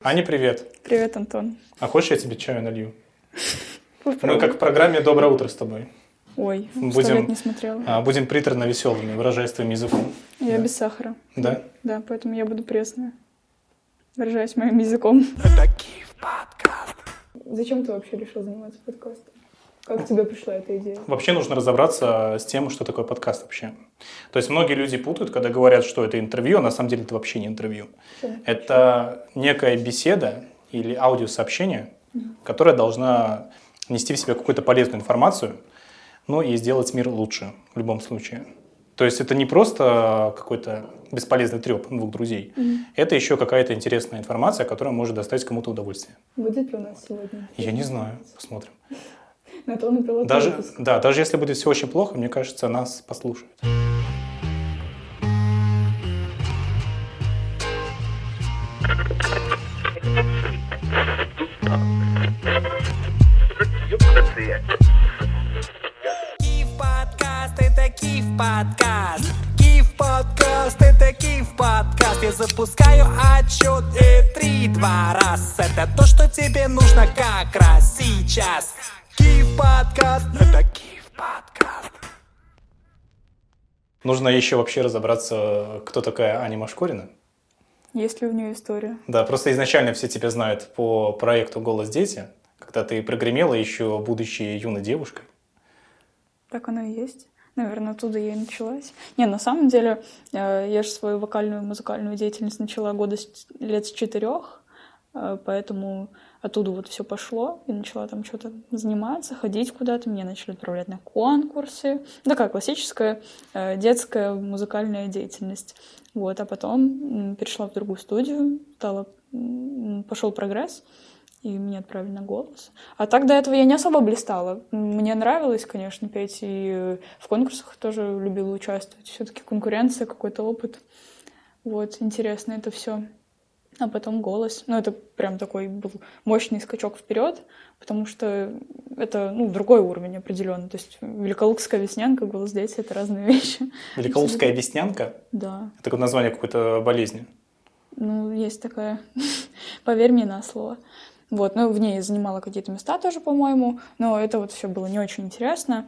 Аня, привет. Привет, Антон. А хочешь, я тебе чаю налью? Попробуй. Мы как в программе «Доброе утро» с тобой. Ой, 100 лет не смотрела. Будем приторно веселыми, выражаясь твоим языком. Я без сахара. Да? Да, поэтому я буду пресная. Выражаясь моим языком. Зачем ты вообще решил заниматься подкастом? Как тебе пришла эта идея? Вообще нужно разобраться с тем, что такое подкаст вообще. То есть многие люди путают, когда говорят, что это интервью, а на самом деле это вообще не интервью. Это некая беседа или аудиосообщение, которая должна нести в себе какую-то полезную информацию, ну и сделать мир лучше в любом случае. То есть это не просто какой-то бесполезный треп двух друзей, это еще какая-то интересная информация, которая может доставить кому-то удовольствие. Будет ли у нас сегодня? Я не знаю, посмотрим. На то он и пилотный Даже, выпуск. да, даже если будет все очень плохо, мне кажется, нас послушают. Киев-подкаст, это Киев-подкаст. Киев-подкаст, это Киев-подкаст. Я запускаю отчет 3-2 раз. Это то, что тебе нужно как раз сейчас. Киев-подкаст, это Киев-подкаст. Нужно еще вообще разобраться, кто такая Аня Машкорина. Есть ли у нее история? Да, просто изначально все тебя знают по проекту «Голос дети», когда ты прогремела еще будучи юной девушкой. Так оно и есть. Наверное, оттуда я и началась. Не, на самом деле, я же свою вокальную музыкальную деятельность начала лет с 4, поэтому оттуда вот все пошло. Я начала там что-то заниматься, ходить куда-то. Меня начали отправлять на конкурсы. Такая классическая детская музыкальная деятельность. Вот, а потом перешла в другую студию, пошел прогресс, и меня отправили на голос. А так до этого я не особо блистала. Мне нравилось, конечно, петь, и в конкурсах тоже любила участвовать. Все-таки конкуренция, какой-то опыт. Вот, интересно это все. А потом голос. Ну, это прям такой был мощный скачок вперед, потому что это, другой уровень определенно. То есть Великолукская веснянка, голос дети — это разные вещи. Великолукская веснянка? Да. Это такое название какой-то болезни. Есть такая. Поверь мне на слово. Вот, в ней я занимала какие-то места тоже, по-моему, но это вот все было не очень интересно.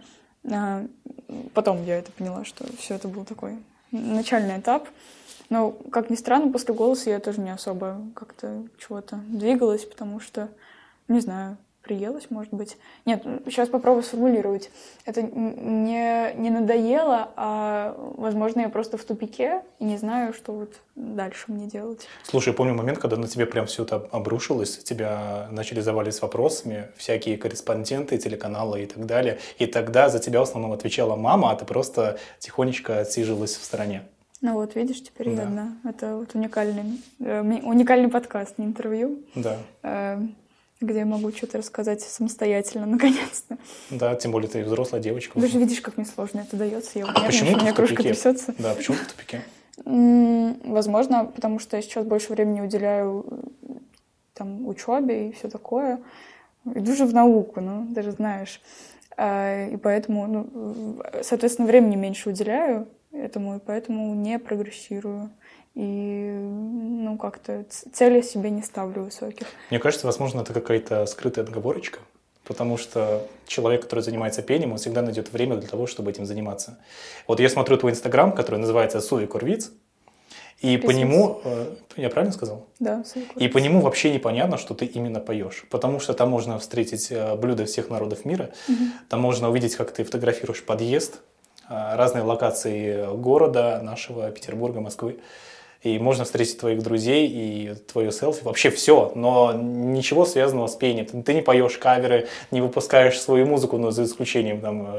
Потом я это поняла, что все это был такой начальный этап. Но, как ни странно, после голоса я тоже не особо как-то чего-то двигалась, потому что, не знаю, приелась, может быть. Нет, сейчас попробую сформулировать. Это не надоело, а, возможно, я просто в тупике и не знаю, что вот дальше мне делать. Слушай, я помню момент, когда на тебе прям все это обрушилось, тебя начали заваливать вопросами, всякие корреспонденты, телеканалы и так далее. И тогда за тебя в основном отвечала мама, а ты просто тихонечко отсижилась в стороне. Ну вот, видишь, теперь я одна. Это вот уникальный подкаст, не интервью. Да. Где я могу что-то рассказать самостоятельно, наконец-то. Да, тем более ты взрослая девочка. Ты же видишь, как мне сложно это дается. Я почему у меня кружка трясется. Да, почему ты в тупике? Возможно, потому что я сейчас больше времени уделяю учебе и все такое. Иду же в науку, ты же знаешь. И поэтому, соответственно, времени меньше уделяю этому, и поэтому не прогрессирую. И, как-то цели себе не ставлю высоких. Мне кажется, возможно, это какая-то скрытая отговорочка, потому что человек, который занимается пением, он всегда найдет время для того, чтобы этим заниматься. Вот я смотрю твой Инстаграм, который называется Суи Курвиц, и по нему... Я правильно сказал? Да, Суи Курвиц. И по нему вообще непонятно, что ты именно поешь, потому что там можно встретить блюда всех народов мира, там можно увидеть, как ты фотографируешь подъезд, разные локации города нашего, Петербурга, Москвы. И можно встретить твоих друзей и твое селфи, вообще все, но ничего связанного с пением. Ты не поешь каверы, не выпускаешь свою музыку, но за исключением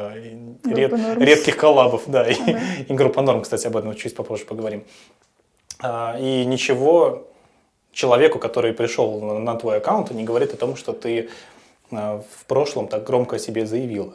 редких коллабов. Да, и группа Норм, кстати, об этом чуть попозже поговорим. И ничего человеку, который пришел на твой аккаунт, не говорит о том, что ты в прошлом так громко о себе заявила.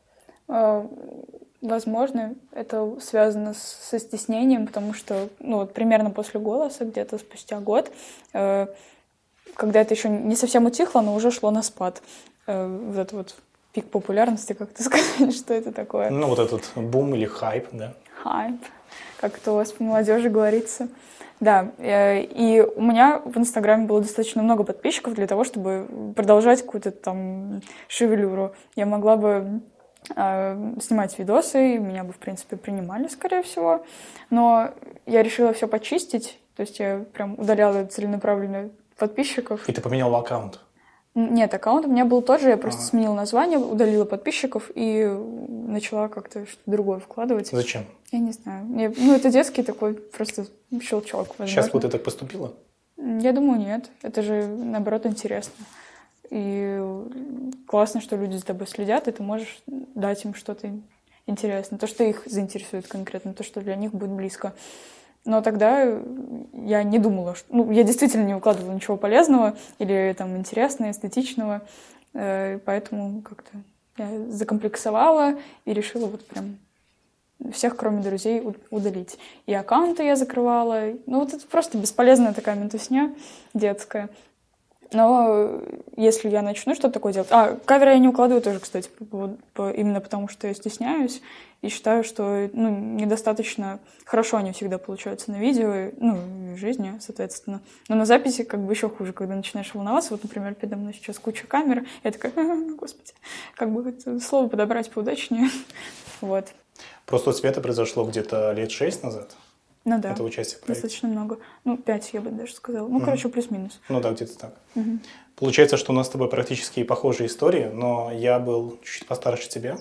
Возможно, это связано со стеснением, потому что, примерно после голоса, где-то спустя год, когда это еще не совсем утихло, но уже шло на спад. Вот этот вот пик популярности, как ты сказать, что это такое? Вот этот бум или хайп, да? Хайп, как это у вас по молодежи говорится. Да, и у меня в Инстаграме было достаточно много подписчиков для того, чтобы продолжать какую-то там шевелюру. Я могла бы снимать видосы, и меня бы, в принципе, принимали, скорее всего. Но я решила все почистить, то есть я прям удаляла целенаправленно подписчиков. И ты поменяла аккаунт? Нет, аккаунт у меня был тот же, я просто сменила название, удалила подписчиков и начала как-то что-то другое вкладывать. Зачем? Я не знаю. Это детский такой просто щелчок, возможно. Сейчас бы ты так поступила? Я думаю, нет. Это же, наоборот, интересно. И классно, что люди за тобой следят, и ты можешь дать им что-то интересное. То, что их заинтересует конкретно, то, что для них будет близко. Но тогда я не думала, что... я действительно не выкладывала ничего полезного или там интересного, эстетичного. Поэтому как-то я закомплексовала и решила вот прям всех, кроме друзей, удалить. И аккаунты я закрывала. Это просто бесполезная такая ментусня детская. Но если я начну что-то такое делать... Каверы я не укладываю тоже, кстати, именно потому, что я стесняюсь и считаю, что недостаточно хорошо они всегда получаются на видео, и в жизни, соответственно. Но на записи как бы еще хуже, когда начинаешь волноваться. Вот, например, передо мной сейчас куча камер, я такая, господи, как бы это слово подобрать поудачнее. Вот. Просто у тебя это произошло где-то лет 6 назад? Ну да, это участие в проекте. Достаточно много. 5, я бы даже сказала. Короче, плюс-минус. Да, где-то так. Получается, что у нас с тобой практически похожие истории, но я был чуть постарше тебя,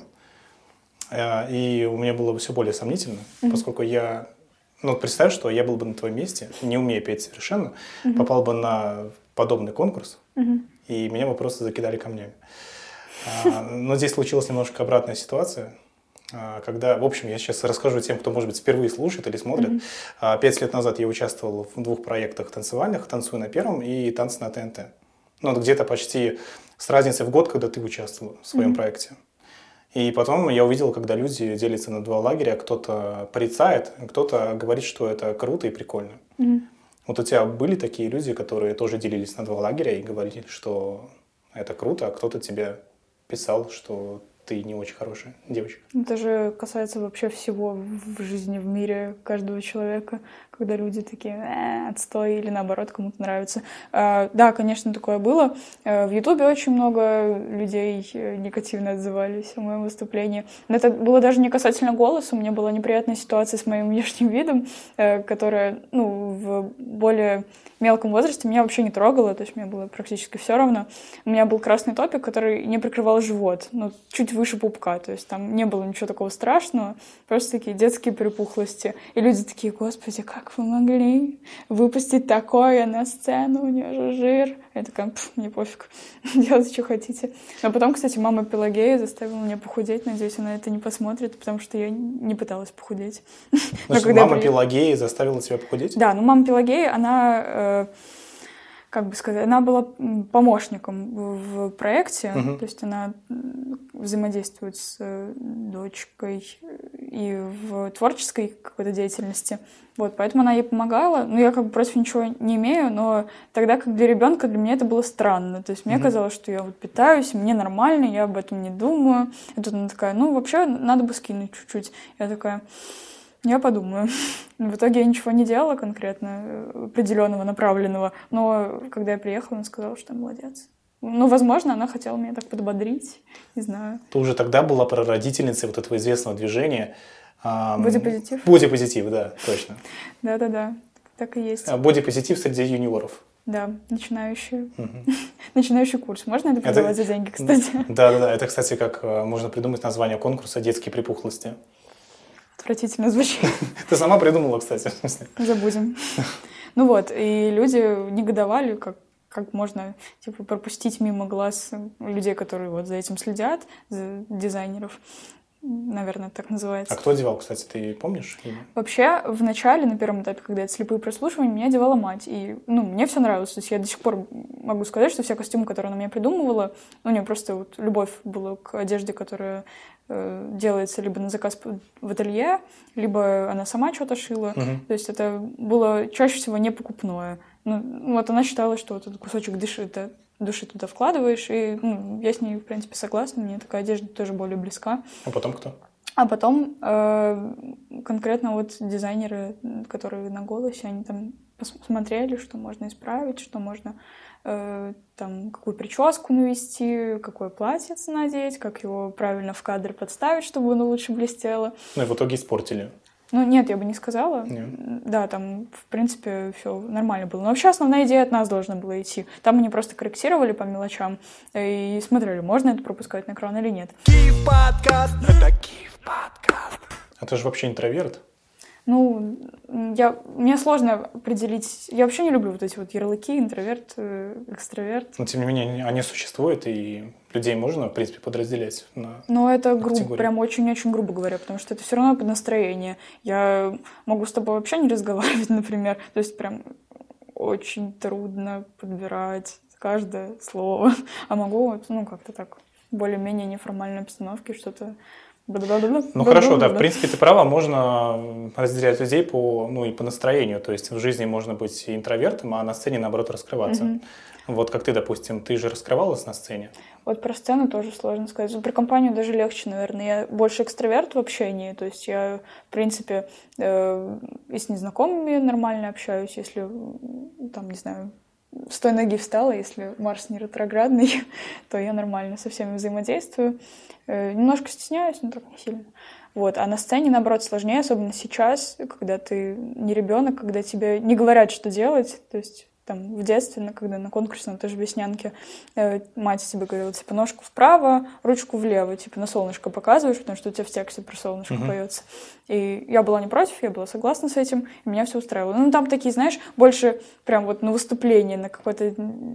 и у меня было все более сомнительно, поскольку я... представь, что я был бы на твоем месте, не умея петь совершенно, попал бы на подобный конкурс, и меня бы просто закидали камнями. Но здесь случилась немножко обратная ситуация. Когда, в общем, я сейчас расскажу тем, кто, может быть, впервые слушает или смотрит. 5 лет назад я участвовал в 2 проектах танцевальных «Танцуй на первом» и «Танцы на ТНТ». Где-то почти с разницей в год, когда ты участвовал в своем проекте. И потом я увидел, когда люди делятся на 2 лагеря. Кто-то порицает, кто-то говорит, что это круто и прикольно. Вот у тебя были такие люди, которые тоже делились на 2 лагеря и говорили, что это круто, а кто-то тебе писал, что... ты не очень хорошая девочка. Это же касается вообще всего в жизни, в мире каждого человека, когда люди такие отстой или наоборот кому-то нравится. Да, конечно, такое было. В Ютубе очень много людей негативно отзывались о моем выступлении. Но это было даже не касательно голоса. У меня была неприятная ситуация с моим внешним видом, которая в более мелком возрасте меня вообще не трогала, то есть мне было практически все равно. У меня был красный топик, который не прикрывал живот, чуть выше пупка, то есть там не было ничего такого страшного, просто такие детские припухлости. И люди такие, господи, как вы могли выпустить такое на сцену, у нее же жир. Я такая, мне пофиг, делайте, что хотите. Но потом, кстати, мама Пелагея заставила меня похудеть, надеюсь, она это не посмотрит, потому что я не пыталась похудеть. Значит, мама Пелагея заставила тебя похудеть? Да, мама Пелагея, она... как бы сказать, она была помощником в проекте, то есть она взаимодействует с дочкой и в творческой какой-то деятельности. Вот, поэтому она ей помогала. Я как бы против ничего не имею, но тогда, как для ребенка, для меня это было странно. То есть мне казалось, что я питаюсь, мне нормально, я об этом не думаю. И тут она такая, вообще надо бы скинуть чуть-чуть. Я такая... Я подумаю. В итоге я ничего не делала конкретно, определенного, направленного. Но когда я приехала, она сказала, что я молодец. Возможно, она хотела меня так подбодрить. Не знаю. Ты уже тогда была прародительницей вот этого известного движения. Бодипозитив? Бодипозитив, да, точно. Да-да-да, так и есть. Бодипозитив среди юниоров. Да, начинающий. Начинающий курс. Можно это продавать за деньги, кстати? Да-да-да, это, кстати, как можно придумать название конкурса «Детские припухлости». Отвратительно звучит. Ты сама придумала, кстати. Забудем. И люди негодовали, как можно пропустить мимо глаз людей, которые за этим следят, за дизайнеров. Наверное, так называется. А кто одевал, кстати, ты помнишь? Вообще, в начале, на первом этапе, когда это слепые прослушивания, меня одевала мать. И, мне все нравилось. То есть я до сих пор могу сказать, что все костюмы, которые она мне придумывала, у нее просто любовь была к одежде, которая делается либо на заказ в ателье, либо она сама что-то шила. То есть это было чаще всего не покупное. Она считала, что этот кусочек души туда вкладываешь, и я с ней, в принципе, согласна. Мне такая одежда тоже более близка. А потом кто? А потом конкретно дизайнеры, которые на «Голосе», они там посмотрели, что можно исправить, что можно там какую прическу навести, какое платьице надеть, как его правильно в кадр подставить, чтобы оно лучше блестело. Ну и в итоге испортили. Ну, нет, я бы не сказала. Нет. Да, там, в принципе, все нормально было. Но вообще основная идея от нас должна была идти. Там они просто корректировали по мелочам и смотрели, можно это пропускать на экран или нет. Киев подкаст, это Киев подкаст. А ты же вообще интроверт? Ну, мне сложно определить. Я вообще не люблю вот эти вот ярлыки, интроверт, экстраверт. Но тем не менее, они существуют, и людей можно, в принципе, подразделять на Но это категории. прям очень-очень грубо говоря, потому что это все равно под настроение. Я могу с тобой вообще не разговаривать, например. То есть прям очень трудно подбирать каждое слово. А могу, ну, как-то так, более-менее неформальной обстановке что-то... Ну хорошо, да, в принципе, ты права, можно разделять людей по настроению. То есть в жизни можно быть и интровертом, а на сцене, наоборот, раскрываться. Вот как ты, допустим, ты же раскрывалась на сцене? Вот про сцену тоже сложно сказать. Про компанию даже легче, наверное. Я больше экстраверт в общении. То есть я, в принципе, и с незнакомыми нормально общаюсь, если, там, не знаю, с той ноги встала, если Марс не ретроградный, то я нормально со всеми взаимодействую. Немножко стесняюсь, но так не сильно. Вот. А на сцене, наоборот, сложнее, особенно сейчас, когда ты не ребенок, когда тебе не говорят, что делать. То есть там в детстве, когда на конкурсе, на той же Веснянке, мать тебе говорила, типа, ножку вправо, ручку влево, типа, на солнышко показываешь, потому что у тебя в тексте про солнышко поется. И я была не против, я была согласна с этим, и меня все устраивало. Ну, там такие, знаешь, больше прям вот на выступление, на какое-то,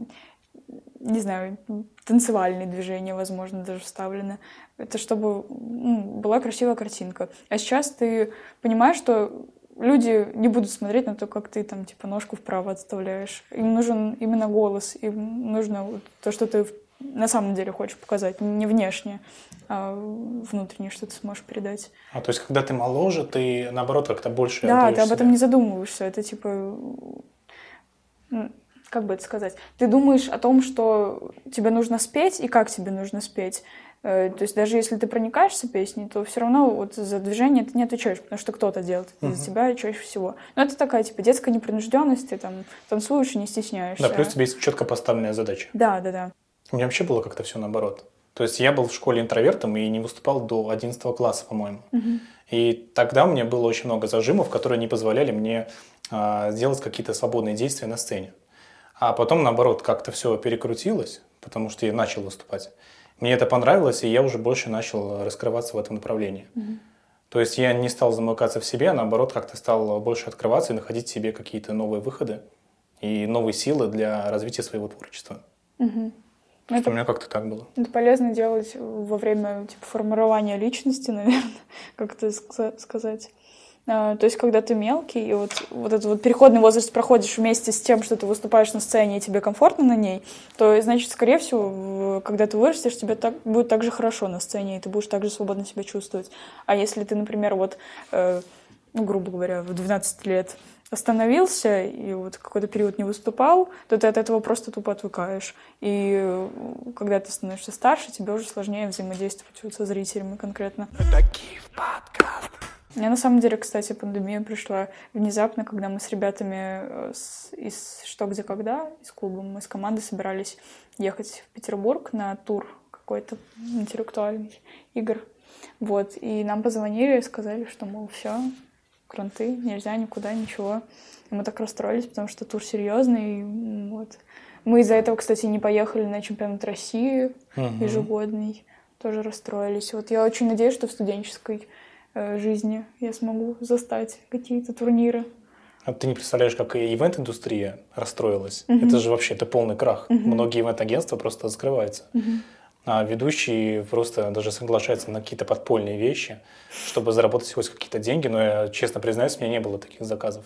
не знаю, танцевальные движения, возможно, даже вставлены. Это чтобы была красивая картинка. А сейчас ты понимаешь, что люди не будут смотреть на то, как ты там, типа, ножку вправо отставляешь. Им нужен именно голос, им нужно вот то, что ты на самом деле хочешь показать, не внешне, а внутренне, что ты сможешь передать. А то есть, когда ты моложе, ты, наоборот, как-то больше Да, отдаёшь ты об этом себя. не задумываешься. Это, типа, как бы это сказать? Ты думаешь о том, что тебе нужно спеть и как тебе нужно спеть. То есть даже если ты проникаешься песней, то все равно вот за движение ты не отвечаешь, потому что кто-то делает это за тебя чаще всего. Но это такая, типа, детская непринужденность, ты там танцуешь и не стесняешься. Да, плюс у тебя есть четко поставленная задача. Да. У меня вообще было как-то все наоборот. То есть я был в школе интровертом и не выступал до 11 класса, по-моему. И тогда мне было очень много зажимов, которые не позволяли мне сделать какие-то свободные действия на сцене. А потом, наоборот, как-то все перекрутилось, потому что я начал выступать. Мне это понравилось, и я уже больше начал раскрываться в этом направлении. То есть я не стал замыкаться в себе, а наоборот, как-то стал больше открываться и находить в себе какие-то новые выходы и новые силы для развития своего творчества. Что у меня как-то так было. Это полезно делать во время, типа, формирования личности, наверное, как это сказать. То есть, когда ты мелкий, и вот этот вот переходный возраст проходишь вместе с тем, что ты выступаешь на сцене, и тебе комфортно на ней, то, значит, скорее всего, когда ты вырастешь, тебе будет так же хорошо на сцене, и ты будешь так же свободно себя чувствовать. А если ты, например, вот, грубо говоря, в 12 лет остановился и вот какой-то период не выступал, то ты от этого просто тупо отвыкаешь. И когда ты становишься старше, тебе уже сложнее взаимодействовать вот со зрителями конкретно. Это Киев подкаст. Мне на самом деле, кстати, пандемия пришла внезапно, когда мы с ребятами из «Что, где, когда», из клуба, мы с командой собирались ехать в Петербург на тур какой-то интеллектуальный игр. Вот. И нам позвонили и сказали, что, мол, все, кранты, нельзя никуда, ничего. И мы так расстроились, потому что тур серьезный. И вот. Мы из-за этого, кстати, не поехали на чемпионат России ежегодный. Тоже расстроились. Вот я очень надеюсь, что в студенческой жизни я смогу застать какие-то турниры. А ты не представляешь, как и ивент-индустрия расстроилась. Это же вообще полный крах. Многие ивент-агентства просто закрываются. А ведущие просто даже соглашаются на какие-то подпольные вещи, чтобы заработать хоть какие-то деньги. Но я, честно признаюсь, у меня не было таких заказов.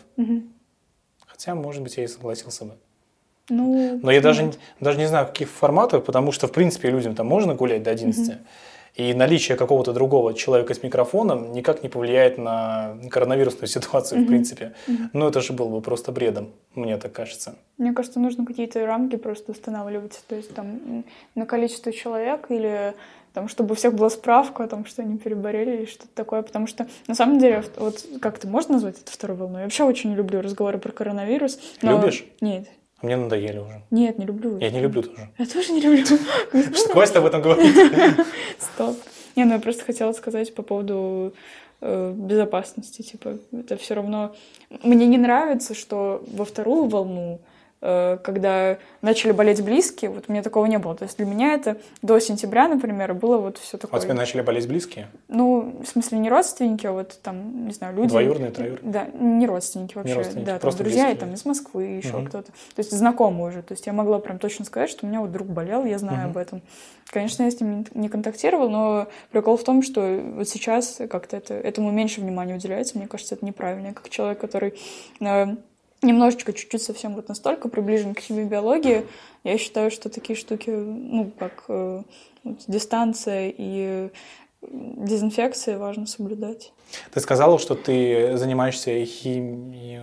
Хотя, может быть, я и согласился бы. Ну, но я даже не знаю, в каких форматах, потому что, в принципе, людям там можно гулять до 11. И наличие какого-то другого человека с микрофоном никак не повлияет на коронавирусную ситуацию, в принципе. Ну, это же было бы просто бредом, мне так кажется. Мне кажется, нужно какие-то рамки просто устанавливать. То есть там на количество человек или там, чтобы у всех была справка о том, что они переболели или что-то такое. Потому что на самом деле, вот как-то можно назвать это второй волной? Я вообще очень не люблю разговоры про коронавирус. Любишь? Нет. Мне надоели уже. Нет, не люблю. Я не люблю тоже. Я тоже не люблю. Что хватит об этом говорить? Стоп. Не, ну я просто хотела сказать по поводу безопасности. Типа, это все равно... Мне не нравится, что во вторую волну, когда начали болеть близкие, вот у меня такого не было. То есть для меня это до сентября, например, было вот все такое... А у тебя начали болеть близкие? Ну, в смысле, не родственники, а вот там, не знаю, люди... Двоюродные, троюродные? Да, не родственники вообще. Не родственники, да, там просто друзья, близкие. и там из Москвы еще кто-то. То есть знакомые уже. То есть я могла прям точно сказать, что у меня вот друг болел, я знаю об этом. Конечно, я с ним не контактировала, но прикол в том, что вот сейчас как-то этому меньше внимания уделяется. Мне кажется, это неправильно. Я как человек, который... немножечко, чуть-чуть совсем вот настолько приближен к химии и биологии, я считаю, что такие штуки, ну, как вот, дистанция и дезинфекция важно соблюдать. Ты сказала, что ты занимаешься химией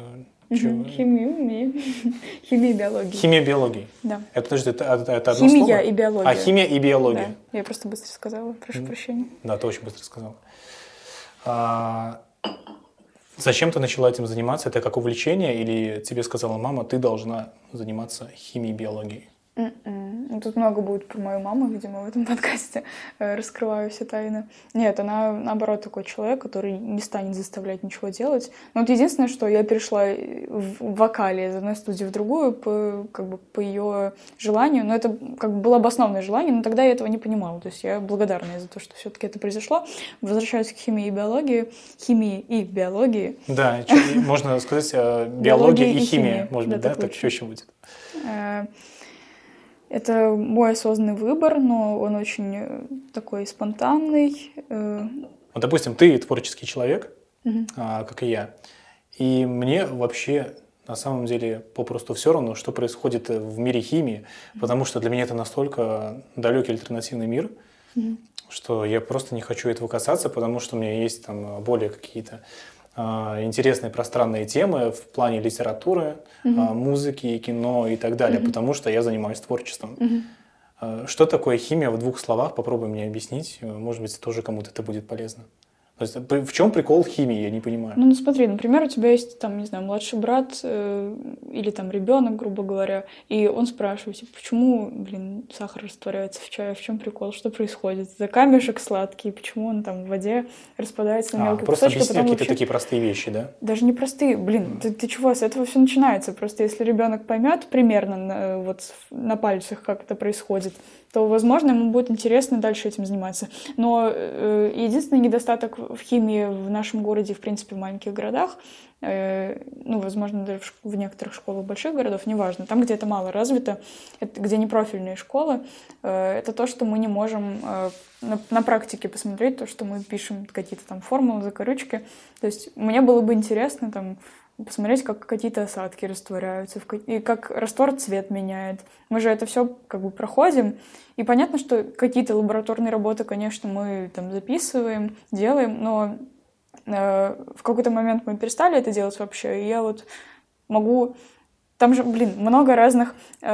Химией и биологией. Химия биологии. Да. Это, подожди, это одно Химия слово? и биология. А, химия и биология. Да. Я просто быстро сказала, прошу прощения. Да, ты очень быстро сказала. Зачем ты начала этим заниматься? Это как увлечение? Или тебе сказала мама, ты должна заниматься химией и биологией? Тут много будет про мою маму, видимо, в этом подкасте. Раскрываю все тайны. Нет, она, наоборот, такой человек, который не станет заставлять ничего делать. Но вот единственное, что я перешла в вокале из одной студии в другую по ее желанию. Но это как бы было обоснованное желание, но тогда я этого не понимала. То есть я благодарна за то, что все-таки это произошло. Возвращаюсь к химии и биологии. Химии и биологии. Да, можно сказать биология и химия, может быть, да? Так проще будет. Это мой осознанный выбор, но он очень такой спонтанный. Вот, допустим, ты творческий человек, как и я, и мне вообще на самом деле попросту все равно, что происходит в мире химии, потому что для меня это настолько далекий альтернативный мир, что я просто не хочу этого касаться, потому что у меня есть там более какие-то интересные пространные темы в плане литературы, музыки, кино и так далее, потому что я занимаюсь творчеством. Что такое химия в двух словах? Попробуй мне объяснить. Может быть, тоже кому-то это будет полезно. То есть, в чем прикол химии, я не понимаю. Ну, смотри, например, у тебя есть, там, не знаю, младший брат или там ребенок, грубо говоря, и он спрашивает, типа, почему, сахар растворяется в чае, в чем прикол, что происходит? Это камешек сладкий, почему он там в воде распадается на мелкие просто кусочки? Просто объясни какие-то такие простые вещи, да? Даже не простые. Ты чего? С этого все начинается. Просто если ребенок поймет примерно вот на пальцах, как это происходит, то, возможно, ему будет интересно дальше этим заниматься. Но единственный недостаток в химии в нашем городе, в принципе, в маленьких городах, ну, возможно, даже в некоторых школах больших городов, неважно, там, где это мало развито, где не профильные школы, это то, что мы не можем на практике посмотреть, то, что мы пишем какие-то там формулы, закорючки. То есть мне было бы интересно там посмотреть, как какие-то осадки растворяются, и как раствор цвет меняет. Мы же это все как бы проходим. И понятно, что какие-то лабораторные работы, конечно, мы там записываем, делаем, но в какой-то момент мы перестали это делать вообще. И я вот могу... Там же, много разных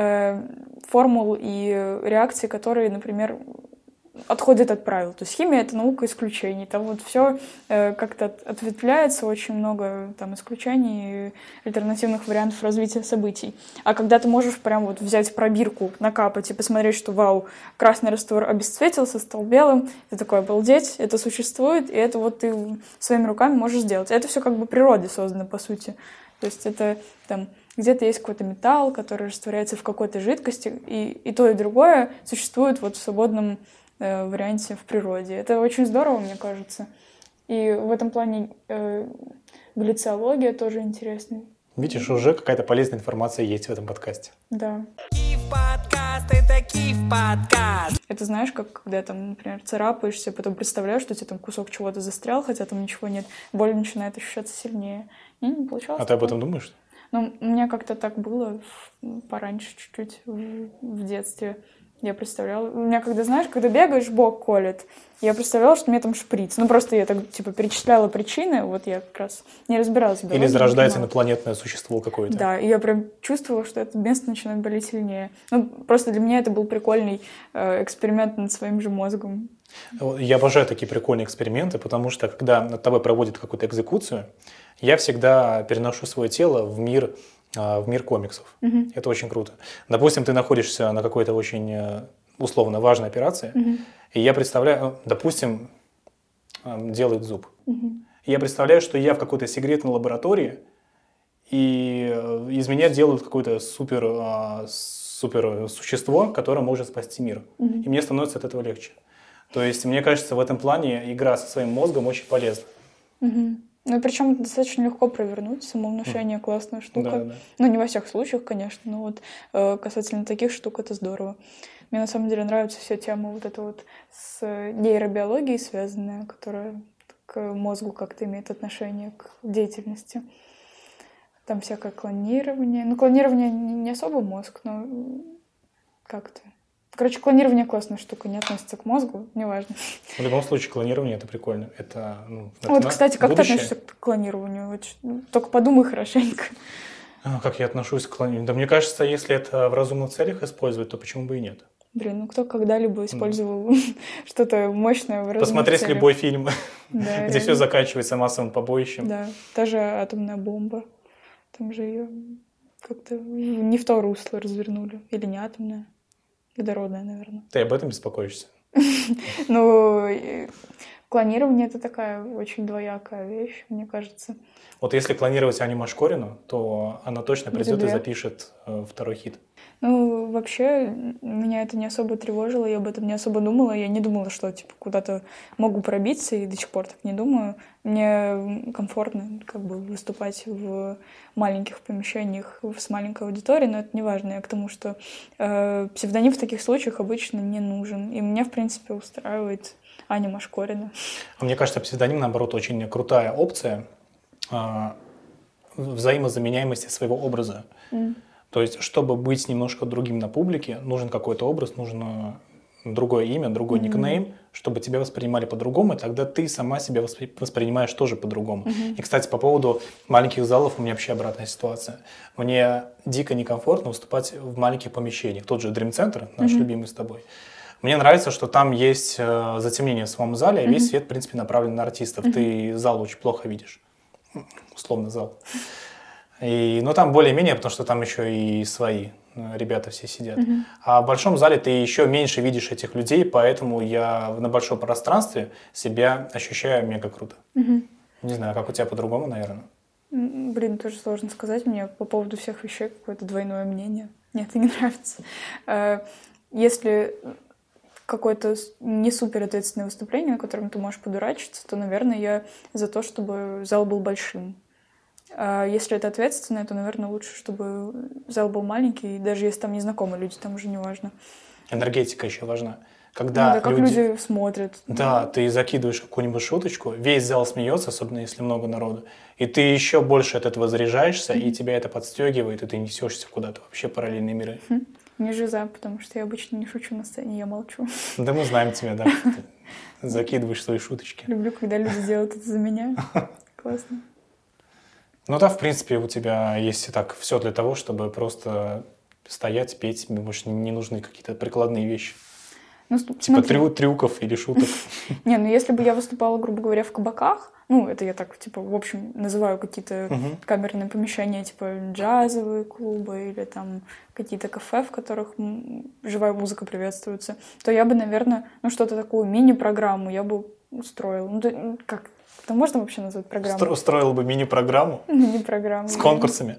формул и реакций, которые, например, отходит от правил. То есть химия — это наука исключений. Там вот все как-то ответвляется, очень много там исключений и альтернативных вариантов развития событий. А когда ты можешь прям вот взять пробирку, накапать и посмотреть, что вау, красный раствор обесцветился, стал белым, ты такой, обалдеть, это существует, и это вот ты своими руками можешь сделать. Это все как бы природой создано, по сути. То есть это там где-то есть какой-то металл, который растворяется в какой-то жидкости, и то, и другое существует вот в свободном варианте в природе. Это очень здорово, мне кажется. И в этом плане глициология тоже интересная. Видишь, уже какая-то полезная информация есть в этом подкасте. Да. Киев-подкаст, это Киев-подкаст. Это знаешь, как когда там, например, царапаешься, потом представляешь, что у тебя там кусок чего-то застрял, хотя там ничего нет, боль начинает ощущаться сильнее. И не получалось. А ты об этом думаешь? Ну, у меня как-то так было пораньше чуть-чуть в детстве. Я представляла. У меня, когда бегаешь, бок колет, я представляла, что у меня там шприц. Ну, просто я так, типа, перечисляла причины, вот я как раз не разбиралась в биологии. Или зарождается инопланетное существо какое-то. Да, и я прям чувствовала, что это место начинает болеть сильнее. Ну, просто для меня это был прикольный эксперимент над своим же мозгом. Я обожаю такие прикольные эксперименты, потому что, когда над тобой проводят какую-то экзекуцию, я всегда переношу свое тело в мир комиксов. Это очень круто. Допустим, ты находишься на какой-то очень условно важной операции, и я представляю, допустим, делают зуб. И я представляю, что я в какой-то секретной лаборатории, и из меня делают какое-то супер существо, которое может спасти мир. И мне становится от этого легче. То есть, мне кажется, в этом плане игра со своим мозгом очень полезна. Ну, причем достаточно легко провернуть. Самовнушение классная штука. Да. Ну, не во всех случаях, конечно, но вот касательно таких штук это здорово. Мне на самом деле нравится вся тема вот эта вот с нейробиологией связанная, которая к мозгу как-то имеет отношение к деятельности. Там всякое клонирование. Ну, клонирование не особо мозг, но как-то. Короче, клонирование классная штука, не относится к мозгу, неважно. В любом случае, клонирование – это прикольно. Это вот, кстати, как будущее. ты относишься к клонированию? Вот, только подумай хорошенько. Как я отношусь к клонированию? Да мне кажется, если это в разумных целях использовать, то почему бы и нет? Блин, ну кто когда-либо использовал что-то мощное в разумных Посмотреть целях? любой фильм, Да, где все заканчивается массовым побоищем. Да, та же атомная бомба. Там же ее как-то не в то русло развернули. Или не атомная. Водородная, наверное. Ты об этом беспокоишься? Ну, клонирование — это такая очень двоякая вещь, мне кажется. Вот если клонировать Аню Машкорину, то она точно придет и запишет второй хит. Ну, вообще, меня это не особо тревожило, я об этом не особо думала. Я не думала, что, типа, куда-то могу пробиться, и до сих пор так не думаю. Мне комфортно, как бы, выступать в маленьких помещениях с маленькой аудиторией, но это не важно. Я к тому, что псевдоним в таких случаях обычно не нужен. И меня, в принципе, устраивает Аня Машкорина. А мне кажется, псевдоним, наоборот, очень крутая опция взаимозаменяемости своего образа. То есть, чтобы быть немножко другим на публике, нужен какой-то образ, нужно другое имя, другой никнейм, чтобы тебя воспринимали по-другому, и тогда ты сама себя воспринимаешь тоже по-другому. И, кстати, по поводу маленьких залов у меня вообще обратная ситуация. Мне дико некомфортно выступать в маленьких помещениях. Тот же Dream Center, наш любимый с тобой. Мне нравится, что там есть затемнение в самом зале, а весь свет, в принципе, направлен на артистов. Ты зал очень плохо видишь. Условно зал. Но там более-менее, потому что там еще и свои ребята все сидят. А в большом зале ты еще меньше видишь этих людей, поэтому я на большом пространстве себя ощущаю мега круто. Не знаю, как у тебя по-другому, наверное. Блин, тоже сложно сказать. Мне по поводу всех вещей какое-то двойное мнение. Мне это не нравится. Если какое-то не супер ответственное выступление, на котором ты можешь подурачиться, то, наверное, я за то, чтобы зал был большим. А если это ответственное, то, наверное, лучше, чтобы зал был маленький, и даже если там незнакомые люди, там уже не важно. Энергетика еще важна. Когда как люди смотрят. Да, ты закидываешь какую-нибудь шуточку, весь зал смеется, особенно если много народу, и ты еще больше от этого заряжаешься, и тебя это подстегивает, и ты несешься куда-то вообще в параллельные миры. Не жиза, потому что я обычно не шучу на сцене, я молчу. Да мы знаем тебя, да, что ты закидываешь свои шуточки. Люблю, когда люди делают это за меня. Классно. Ну да, в принципе, у тебя есть и так все для того, чтобы просто стоять, петь, больше не нужны какие-то прикладные вещи. Ну, типа трюков или шуток. Не, ну если бы я выступала, грубо говоря, в кабаках, ну, это я так, типа, в общем, называю какие-то камерные помещения, типа джазовые клубы или там какие-то кафе, в которых живая музыка приветствуется, то я бы, наверное, ну, что-то такую мини-программу я бы устроила. Ну, как это можно вообще назвать программой? Устроила бы мини-программу? Мини-программу. С конкурсами?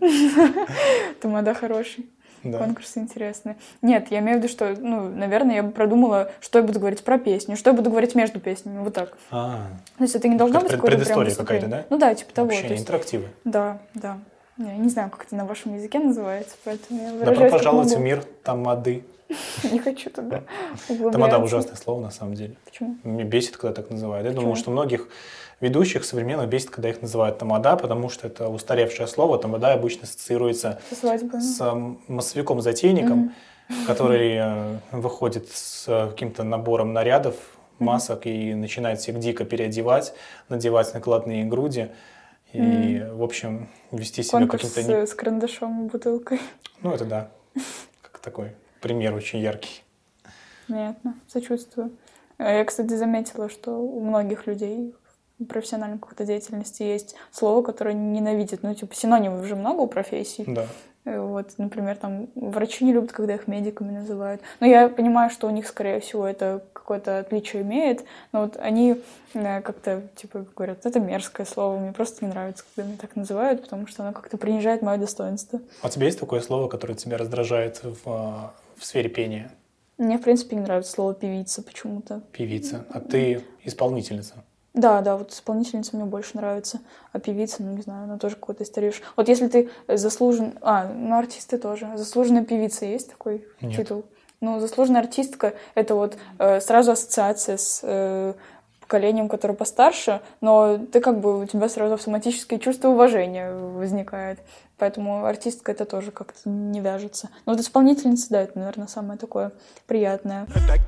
Тамада хороший. Да. Конкурсы интересные. Нет, я имею в виду, что, ну, наверное, я бы продумала, что я буду говорить про песню, что я буду говорить между песнями, вот так. То есть это не должно быть какое-то прям предыстория какая-то, да? Ну да, типа того. Вообще интерактивы. Да. Я не знаю, как это на вашем языке называется, поэтому я выражаюсь Добро пожаловать в мир тамады. Не хочу туда Тамада ужасное слово, на самом деле. Почему? Меня бесит, когда так называют. Я думаю, что многих ведущих современных бесит, когда их называют тамада, потому что это устаревшее слово. Тамада обычно ассоциируется с массовиком-затейником. который выходит с каким-то набором нарядов, масок и начинает всех дико переодевать, надевать накладные груди и, в общем, вести себя каким-то... Конкурс с карандашом и бутылкой. Ну, это да, как такой пример очень яркий. Понятно, сочувствую. Я, кстати, заметила, что у многих людей в профессиональной какой-то деятельности есть слово, которое ненавидят. Ну, типа, синонимов же много у профессий. Да. Вот, например, там врачи не любят, когда их медиками называют. Но я понимаю, что у них, скорее всего, это какое-то отличие имеет. Но вот они как-то, типа, говорят, это мерзкое слово, мне просто не нравится, когда меня так называют, потому что оно как-то принижает мое достоинство. А у тебя есть такое слово, которое тебя раздражает в сфере пения? Мне, в принципе, не нравится слово «певица» почему-то. Певица. А ты исполнительница? Да, вот исполнительница мне больше нравится, а певица, ну, не знаю, она тоже какой-то стареешь. Вот если ты ну, артисты тоже. Заслуженная певица есть такой титул? Ну, заслуженная артистка — это вот сразу ассоциация с поколением, которое постарше, но ты как бы, у тебя сразу автоматическое чувство уважения возникает. Поэтому артистка — это тоже как-то не вяжется. Но вот исполнительница, да, это, наверное, самое такое приятное.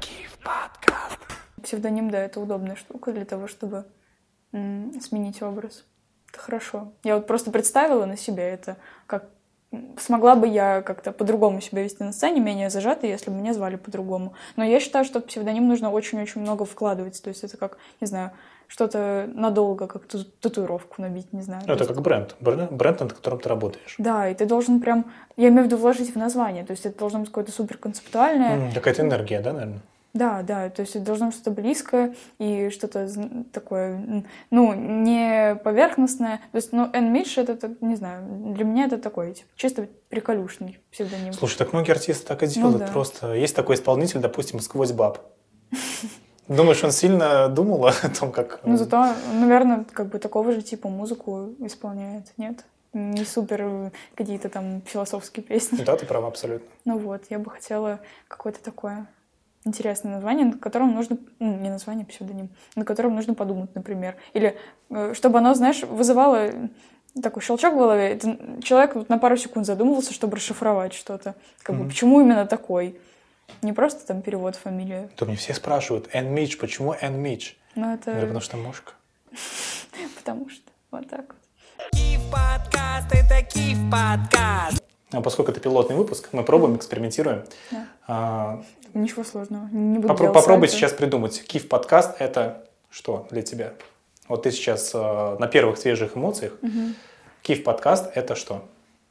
Псевдоним, да, это удобная штука для того, чтобы сменить образ. Это хорошо. Я вот просто представила на себе это, как смогла бы я как-то по-другому себя вести на сцене, менее зажатой, если бы меня звали по-другому. Но я считаю, что в псевдоним нужно очень-очень много вкладывать. То есть это как, не знаю, что-то надолго, как татуировку набить, не знаю. Это как бренд, над которым ты работаешь. Да, и ты должен прям, я имею в виду, вложить в название. То есть это должно быть какое-то суперконцептуальное. Какая-то энергия, да, наверное? Да, то есть это должно быть что-то близкое и что-то такое, ну, не поверхностное. То есть, ну, N-Mitch, это, не знаю, для меня это такой, типа, чисто приколюшный псевдоним. Слушай, так многие артисты так и делают. Ну, да. Просто есть такой исполнитель, допустим, «Сквозь баб». Думаешь, он сильно думал о том, как... Ну, зато, наверное, как бы такого же типа музыку исполняет, нет? Не супер какие-то там философские песни. Да, ты права, абсолютно. Ну вот, я бы хотела какое-то такое интересное название, над которым нужно... Ну, не название, а псевдоним. Над которым нужно подумать, например. Или чтобы оно, знаешь, вызывало такой щелчок в голове. Это человек вот на пару секунд задумывался, чтобы расшифровать что-то. Как бы, почему именно такой? Не просто там перевод фамилии. То мне все спрашивают, N-Mitch, почему N-Mitch? Ну, это... Я говорю, потому что мушка. Потому что вот так вот. Киев подкаст, это Киев подкаст. А поскольку это пилотный выпуск, мы пробуем, экспериментируем. Да. Ничего сложного. Не буду Попробуй сейчас придумать. Киев подкаст — это что для тебя? Вот ты сейчас на первых свежих эмоциях. Киев подкаст — это что?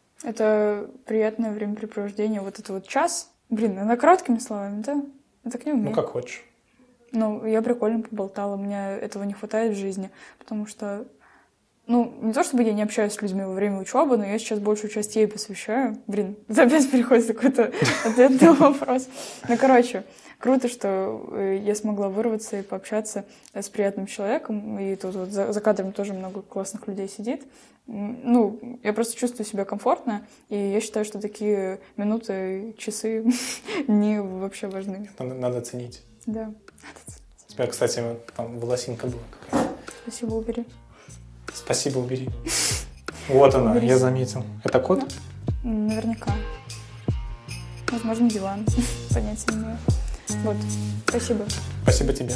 Это приятное времяпрепровождение. Вот это вот час. Блин, она короткими словами, да? Я так не умею. Ну, как хочешь. Ну, я прикольно поболтала. Мне этого не хватает в жизни. Потому что, ну, не то чтобы я не общаюсь с людьми во время учебы, но я сейчас большую часть ей посвящаю. Блин, это опять переходит какой-то ответ на вопрос. Ну, короче, круто, что я смогла вырваться и пообщаться с приятным человеком. И тут вот за кадром тоже много классных людей сидит. Ну, я просто чувствую себя комфортно, и я считаю, что такие минуты, часы не вообще важны. Надо ценить. Да. У тебя, кстати, там волосинка была какая-то. Спасибо, убери. Спасибо, убери. Вот она, Убери. я заметил. Это кот? Наверняка. Возможно, диван. Понятия не имею. Вот. Спасибо. Спасибо тебе.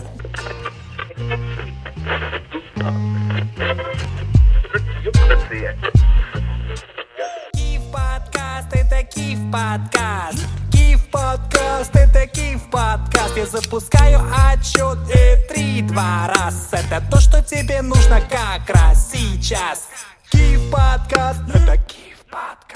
Киев подкаст, это Киев подкаст. Киев подкаст, это Киев подкаст. Я запускаю отчет и 3-2 раз. Это то, что тебе нужно как раз сейчас. Киев подкаст, это Киев подкаст.